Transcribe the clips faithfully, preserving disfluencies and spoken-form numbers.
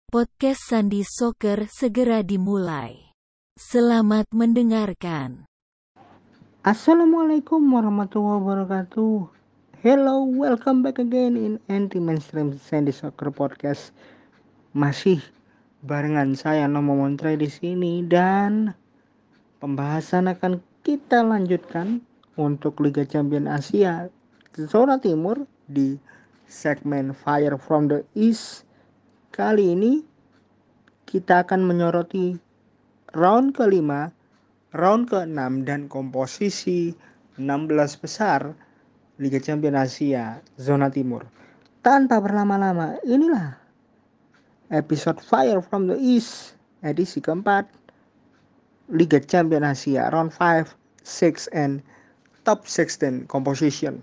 Podcast Sandi Soccer segera dimulai. Selamat mendengarkan. Assalamualaikum warahmatullahi wabarakatuh. Hello, welcome back again in Anti-Mainstream Sandy Soccer Podcast. Masih barengan saya Nomo Montre di sini dan pembahasan akan kita lanjutkan untuk Liga Champions Asia zona timur di segmen Fire from the East. Kali ini kita akan menyoroti round kelima, round keenam dan komposisi enam belas besar Liga Champions Asia zona timur. Tanpa berlama-lama, inilah episode Fire from the East edisi keempat Liga Champions Asia round lima, enam and top enam belas composition.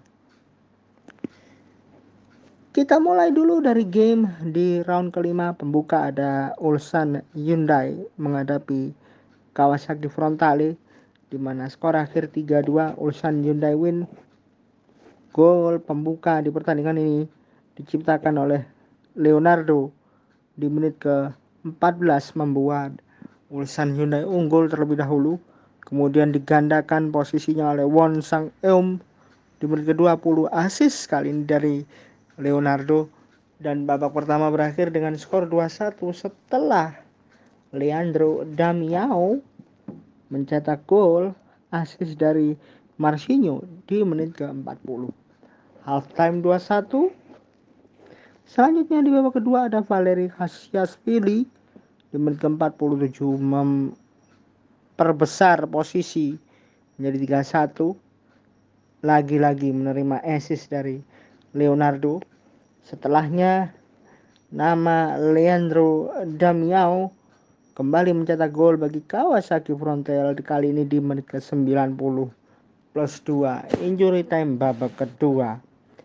Kita mulai dulu dari game di round kelima pembuka. Ada Ulsan Hyundai menghadapi Kawasaki Frontale, di mana skor akhir tiga dua Ulsan Hyundai win. Gol pembuka di pertandingan ini diciptakan oleh Leonardo di menit ke empat belas, membuat Ulsan Hyundai unggul terlebih dahulu. Kemudian digandakan posisinya oleh Won Sang Eum di menit ke dua puluh, assist kali ini dari Leonardo, dan babak pertama berakhir dengan skor dua satu setelah Leandro Damiao mencetak gol assist dari Marcinho di menit ke empat puluh. Half time dua satu. Selanjutnya di babak kedua ada Valeri Khasiashvili di menit ke empat puluh tujuh memperbesar posisi menjadi tiga satu. Lagi-lagi menerima assist dari Leonardo. Setelahnya nama Leandro Damiao kembali mencetak gol bagi Kawasaki Frontale, kali ini di menit ke sembilan puluh plus dua, injury time babak kedua.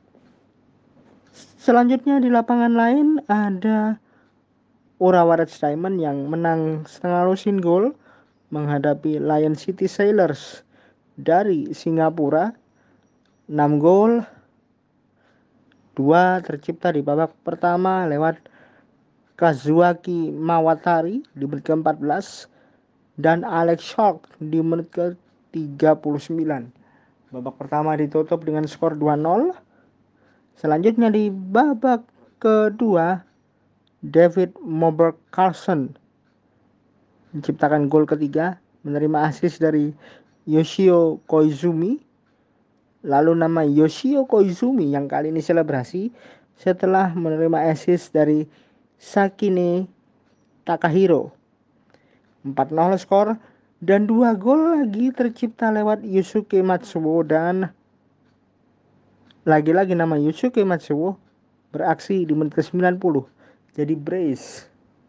Selanjutnya di lapangan lain ada Urawa Red Diamond yang menang setengah lusin gol menghadapi Lion City Sailors dari Singapura. enam gol, dua tercipta di babak pertama lewat Kazuaki Mawatari di menit ke empat belas dan Alex Shark di menit ke tiga puluh sembilan. Babak pertama ditutup dengan skor dua nol. Selanjutnya di babak kedua, David Moberg Carlson menciptakan gol ketiga, menerima assist dari Yoshio Koizumi. Lalu nama Yoshio Koizumi yang kali ini selebrasi setelah menerima assist dari Sakine Takahiro. empat nol skor, dan dua gol lagi tercipta lewat Yusuke Matsuo, dan lagi-lagi nama Yusuke Matsuo beraksi di menit ke sembilan puluh. Jadi brace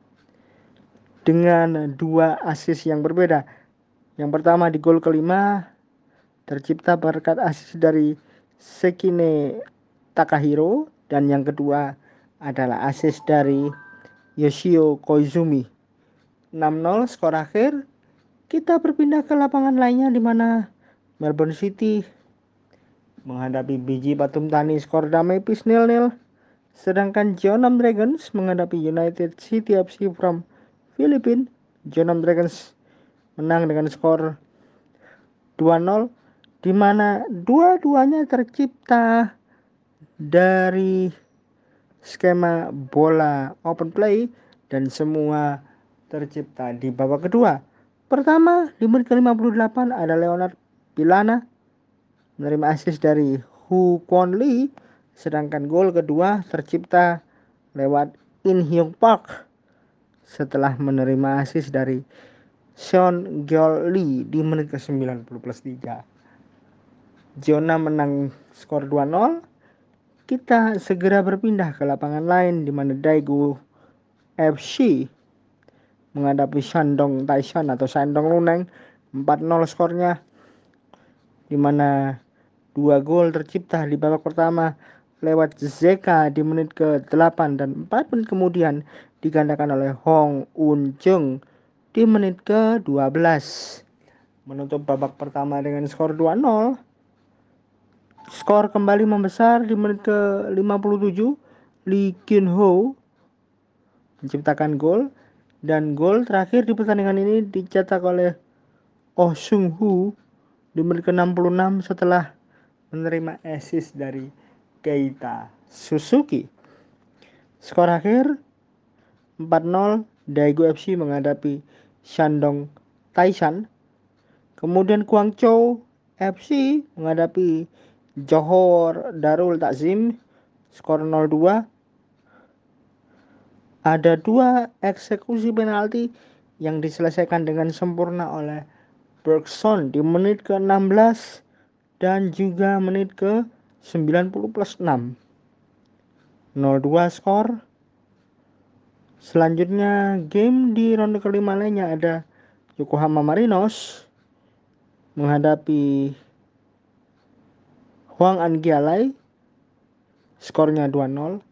dengan dua assist yang berbeda. Yang pertama di gol kelima tercipta berkat assist dari Sekine Takahiro, dan yang kedua adalah assist dari Yoshio Koizumi. enam nol skor akhir. Kita berpindah ke lapangan lainnya di mana Melbourne City menghadapi B J Pathum Thani, skor damai pis nil nil. Sedangkan Jeonnam Dragons menghadapi United City F C from Philippines. Jeonnam Dragons menang dengan skor dua nol, di mana dua-duanya tercipta dari skema bola open play dan semua tercipta di babak kedua. Pertama di menit ke lima puluh delapan ada Leonard Pilana menerima assist dari Hu Kwon Lee, sedangkan gol kedua tercipta lewat In Hyung Park setelah menerima assist dari Seon Gyeol Lee di menit ke sembilan puluh plus tiga. Jeonnam menang skor dua nol. Kita segera berpindah ke lapangan lain di mana Daegu F C menghadapi Shandong Taishan atau Shandong Luneng. empat nol skornya, di mana dua gol tercipta di babak pertama lewat Zeka di menit ke delapan, dan empat menit kemudian digandakan oleh Hong Un Jung di menit ke dua belas. Menutup babak pertama dengan skor dua nol. Skor kembali membesar di menit ke lima puluh tujuh. Lee Kyun Ho menciptakan gol, dan gol terakhir di pertandingan ini dicetak oleh Oh Sung Hu di menit ke enam puluh enam setelah menerima assist dari Keita Suzuki. Skor akhir empat nol, Daegu F C menghadapi Shandong Taishan. Kemudian Guangzhou F C menghadapi Johor Darul Takzim, skor nol dua. Ada dua eksekusi penalti yang diselesaikan dengan sempurna oleh Bergson di menit ke enam belas dan juga menit ke sembilan puluh plus enam. nol dua skor. Selanjutnya game di ronde kelima lainnya ada Yokohama Marinos menghadapi Hwang An-gyalai, skornya dua nol.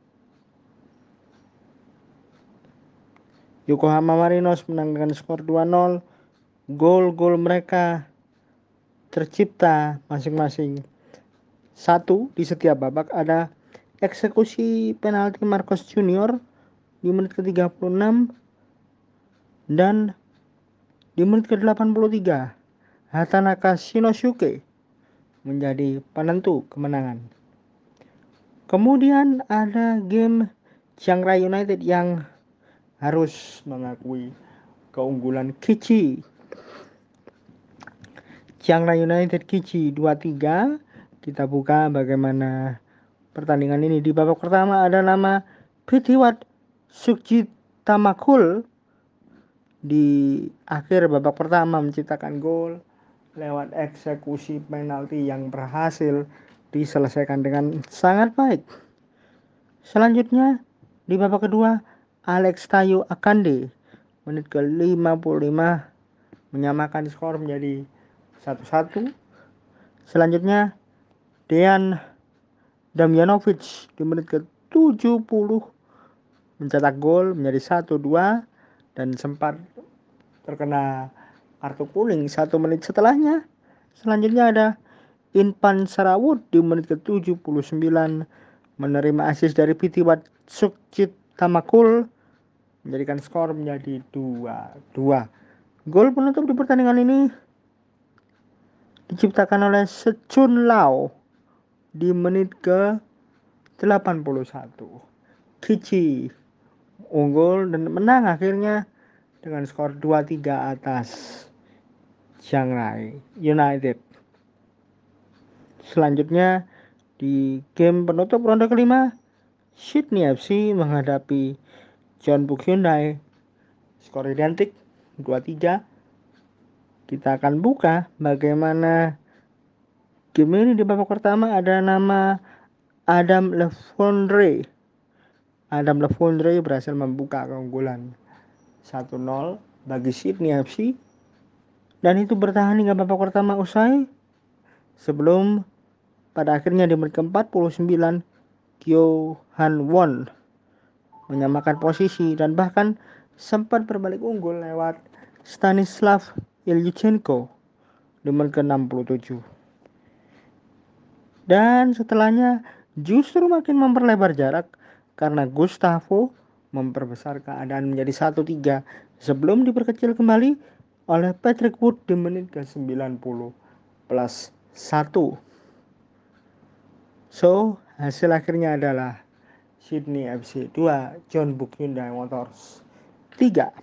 Yokohama Marinos menang dengan skor dua nol. Gol-gol mereka tercipta masing-masing satu di setiap babak. Ada eksekusi penalti Marcos Junior di menit ke tiga puluh enam dan di menit ke delapan puluh tiga Hatanaka Shinosuke menjadi penentu kemenangan. Kemudian ada game Chiang Rai United yang harus mengakui keunggulan Kichi. Chiang Rai United Kichi dua tiga. Kita buka bagaimana pertandingan ini. Di babak pertama ada nama Pritiwat Sukjit Tamakul di akhir babak pertama menciptakan gol lewat eksekusi penalti yang berhasil diselesaikan dengan sangat baik. Selanjutnya di babak kedua Alex Tayo Akande menit ke lima puluh lima menyamakan skor menjadi satu satu. Selanjutnya Dejan Damjanovic di menit ke tujuh puluh mencetak gol menjadi satu dua dan sempat terkena kartu kuning satu menit setelahnya. Selanjutnya ada Inpan Sarawut di menit ke tujuh puluh sembilan menerima assist dari Pritiwat Sukjit Tamakul menjadikan skor menjadi dua dua. Gol penutup di pertandingan ini diciptakan oleh Sechun Lau di menit ke delapan puluh satu. Kichi unggul dan menang akhirnya dengan skor dua tiga atas Chiang Rai United. Selanjutnya di game penutup ronde kelima, Sydney F C menghadapi Jeonbuk Hyundai, skor identik dua tiga. Kita akan buka bagaimana game ini. Di babak pertama ada nama Adam Lefondre. Adam Lefondre berhasil membuka keunggulan satu nol bagi Sydney F C dan itu bertahan hingga babak pertama usai sebelum pada akhirnya di menit ke empat puluh sembilan Kyo Han Won menyamakan posisi dan bahkan sempat berbalik unggul lewat Stanislav Ilyuchenko di menit ke enam puluh tujuh. Dan setelahnya justru makin memperlebar jarak karena Gustavo memperbesar keadaan menjadi satu tiga sebelum diperkecil kembali oleh Patrick Wood di menit ke sembilan puluh plus satu. So, hasil akhirnya adalah Sydney F C dua, Jeonbuk Hyundai Motors tiga.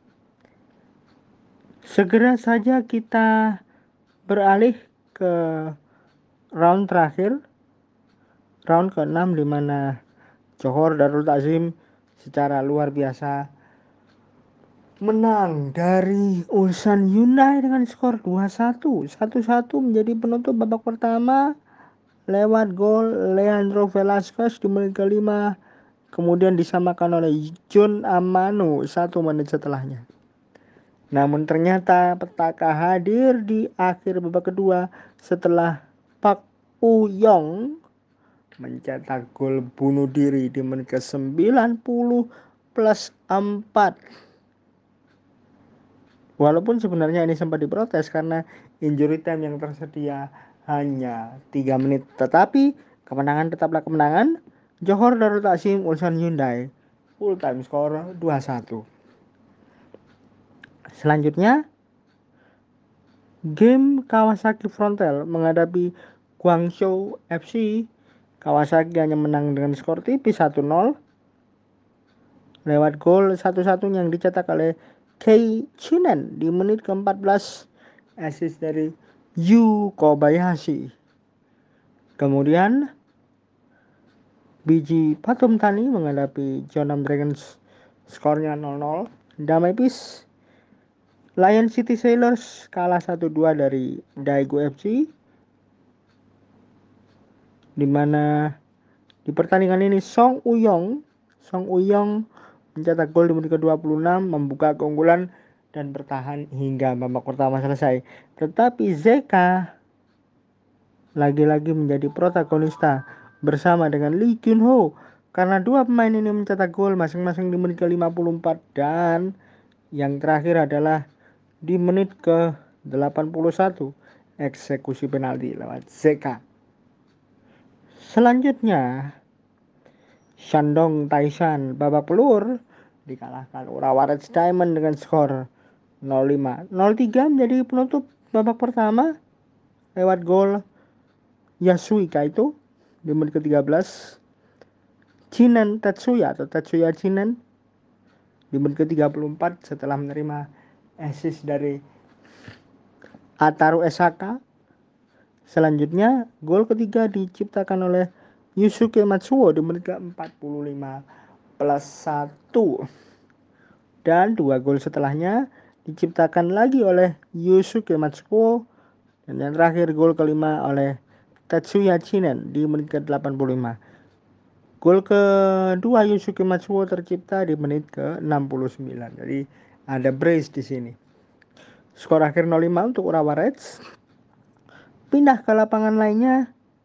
Segera saja kita beralih ke round terakhir, round keenam di mana Johor Darul Takzim secara luar biasa menang dari Ulsan Hyundai dengan skor dua satu. satu satu menjadi penutup babak pertama lewat gol Leandro Velasquez di menit kelima, kemudian disamakan oleh John Amano satu menit setelahnya. Namun ternyata petaka hadir di akhir babak kedua setelah Park Woo-young mencetak gol bunuh diri di menit ke sembilan puluh plus empat. Walaupun sebenarnya ini sempat diprotes karena injury time yang tersedia hanya tiga menit. Tetapi kemenangan tetaplah kemenangan. Johor Darul Takzim Ulsan Hyundai full time score dua satu. Selanjutnya game Kawasaki Frontale menghadapi Guangzhou F C. Kawasaki hanya menang dengan skor tipis satu nol lewat gol satu-satunya yang dicetak oleh Kei Chinen di menit ke-empat belas, assist dari Yu Kobayashi. Kemudian B G Pathum Thani menghadapi Jeonnam Dragons, skornya nol nol. Damai Peace Lion City Sailors kalah satu dua dari Daegu F C, di mana di pertandingan ini Song Uyong Song Uyong mencetak gol di menit ke-dua puluh enam, membuka keunggulan dan bertahan hingga babak pertama selesai. Tetapi Zeka lagi-lagi menjadi protagonista bersama dengan Lee Kyun Ho, karena dua pemain ini mencetak gol masing-masing di menit ke-lima puluh empat dan yang terakhir adalah di menit ke-delapan puluh satu, eksekusi penalti lewat Zeka. Selanjutnya Shandong Taishan babak pelur dikalahkan Urawa Reds Diamond dengan skor nol lima. nol tiga menjadi penutup babak pertama lewat gol Yasui Kaito di menit ke-tiga belas. Chinen Tetsuya atau Tetsuya Chinen di menit ke-tiga puluh empat setelah menerima assist dari Ataru Esaka. Selanjutnya gol ketiga diciptakan oleh Yusuke Matsuo di menit ke-empat puluh lima plus satu. Dan dua gol setelahnya diciptakan lagi oleh Yusuke Matsuo. Dan yang terakhir gol kelima oleh Tetsuya Chinen di menit ke-delapan puluh lima. Gol kedua Yusuke Matsuo tercipta di menit ke-enam puluh sembilan. Jadi ada brace di sini. Skor akhir nol lima untuk Urawa Reds. Pindah ke lapangan lainnya,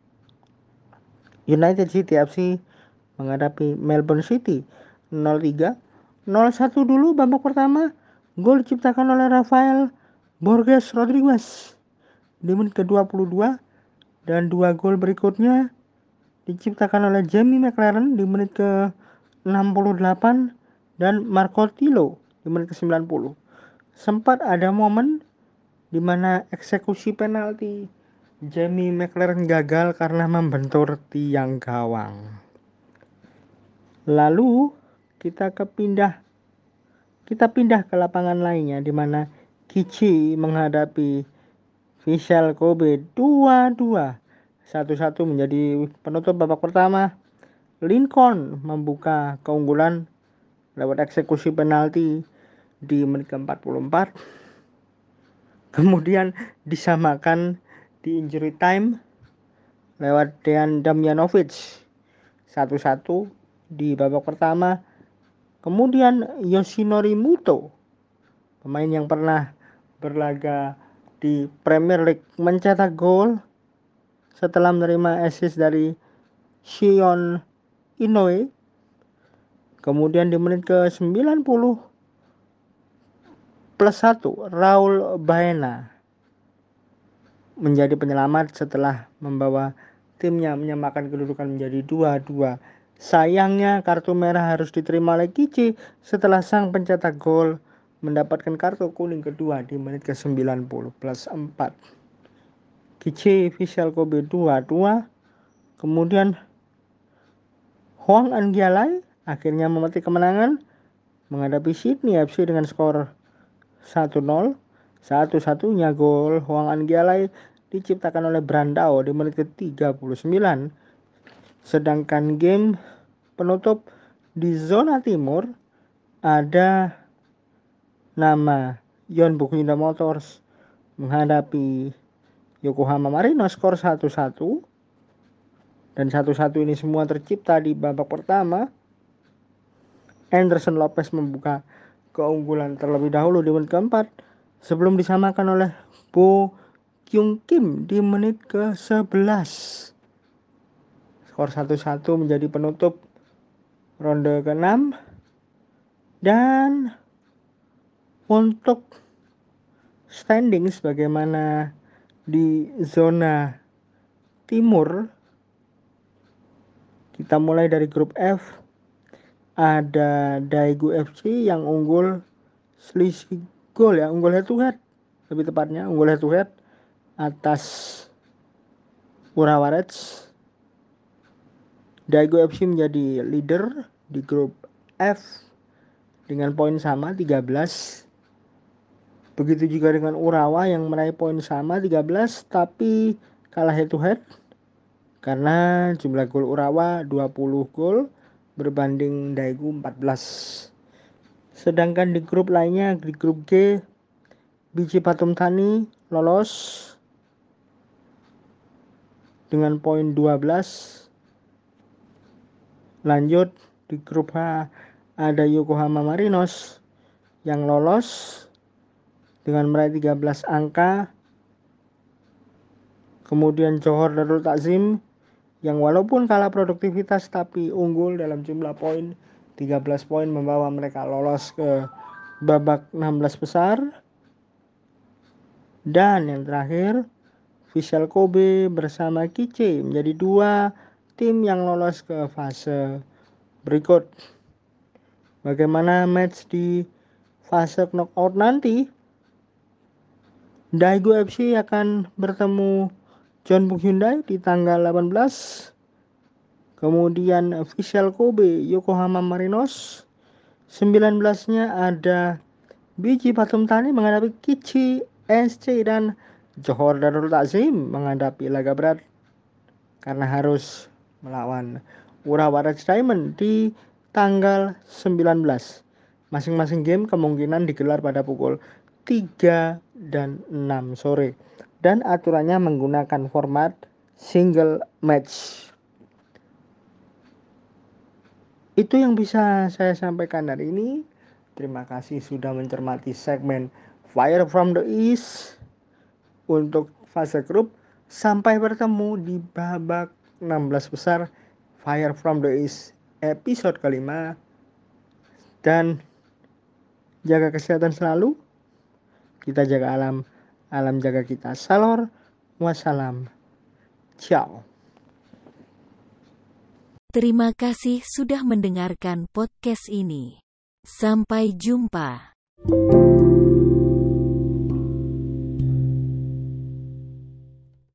United City F C menghadapi Melbourne City nol tiga. nol satu dulu babak pertama, gol diciptakan oleh Rafael Borges Rodriguez di menit ke-dua puluh dua dan dua gol berikutnya diciptakan oleh Jamie McLaren di menit ke-enam puluh delapan dan Marco Tilo di menit ke-sembilan puluh. Sempat ada momen di mana eksekusi penalti Jamie McLaren gagal karena membentur tiang gawang. Lalu kita kepindah kita pindah ke lapangan lainnya di mana Kichi menghadapi Vissel Kobe dua dua. satu satu menjadi penutup babak pertama. Lincoln membuka keunggulan lewat eksekusi penalti di menit ke-empat puluh empat. Kemudian disamakan di injury time lewat Dejan Damjanovic satu satu di babak pertama. Kemudian Yoshinori Muto, pemain yang pernah berlaga di Premier League, mencetak gol setelah menerima assist dari Shion Inoue. Kemudian di menit ke-sembilan puluh plus satu, Raul Baena menjadi penyelamat setelah membawa timnya menyamakan kedudukan menjadi dua dua. Sayangnya kartu merah harus diterima oleh Kichi setelah sang pencetak gol mendapatkan kartu kuning kedua di menit ke-sembilan puluh plus empat. Kichi Vissel Kobe dua dua. Kemudian Hwang An-gyalai akhirnya memetik kemenangan menghadapi Sydney F C dengan skor satu nol. Satu-satunya gol Hwang An-gyalai diciptakan oleh Brandao di menit ke-tiga puluh sembilan. Sedangkan game penutup di zona timur ada nama Yeonbuk Hyundai Motors menghadapi Yokohama Marinos, skor satu satu. Dan satu satu ini semua tercipta di babak pertama. Anderson Lopez membuka keunggulan terlebih dahulu di menit keempat sebelum disamakan oleh Bo Kyung Kim di menit ke sebelas. Skor satu satu menjadi penutup ronde keenam. Dan untuk standings bagaimana di zona timur, kita mulai dari grup F. ada Daegu F C yang unggul selisih gol ya, unggul head to head lebih tepatnya, unggul head to head atas Urawa Reds. Daegu F C menjadi leader di grup F dengan poin sama tiga belas. Begitu juga dengan Urawa yang meraih poin sama tiga belas tapi kalah head to head karena jumlah gol Urawa dua puluh gol berbanding Daegu empat belas. Sedangkan di grup lainnya, di grup G, Biji Patum Thani lolos dengan poin dua belas. Lanjut di grup H ada Yokohama Marinos yang lolos dengan meraih tiga belas angka. Kemudian Johor Darul Takzim yang walaupun kalah produktivitas tapi unggul dalam jumlah poin tiga belas poin membawa mereka lolos ke babak enam belas besar. Dan yang terakhir Vissel Kobe bersama Kice menjadi dua tim yang lolos ke fase berikut. Bagaimana match di fase knockout nanti? Daegu F C akan bertemu Jeonbuk Hyundai di tanggal delapan belas. Kemudian Vissel Kobe Yokohama Marinos. sembilan belas-nya ada Biji Patum Thani menghadapi Kichi S C dan Johor Darul Takzim menghadapi laga berat karena harus melawan Urawa Reds Diamond di tanggal sembilan belas. Masing-masing game kemungkinan digelar pada pukul tiga dan enam sore dan aturannya menggunakan format single match. Itu yang bisa saya sampaikan hari ini. Terima kasih sudah mencermati segmen Fire from the East untuk fase grup. Sampai bertemu di babak enam belas besar Fire from the East episode kelima. Dan jaga kesehatan selalu. Kita jaga alam, alam jaga kita. Salor, wassalam, ciao. Terima kasih sudah mendengarkan podcast ini. Sampai jumpa.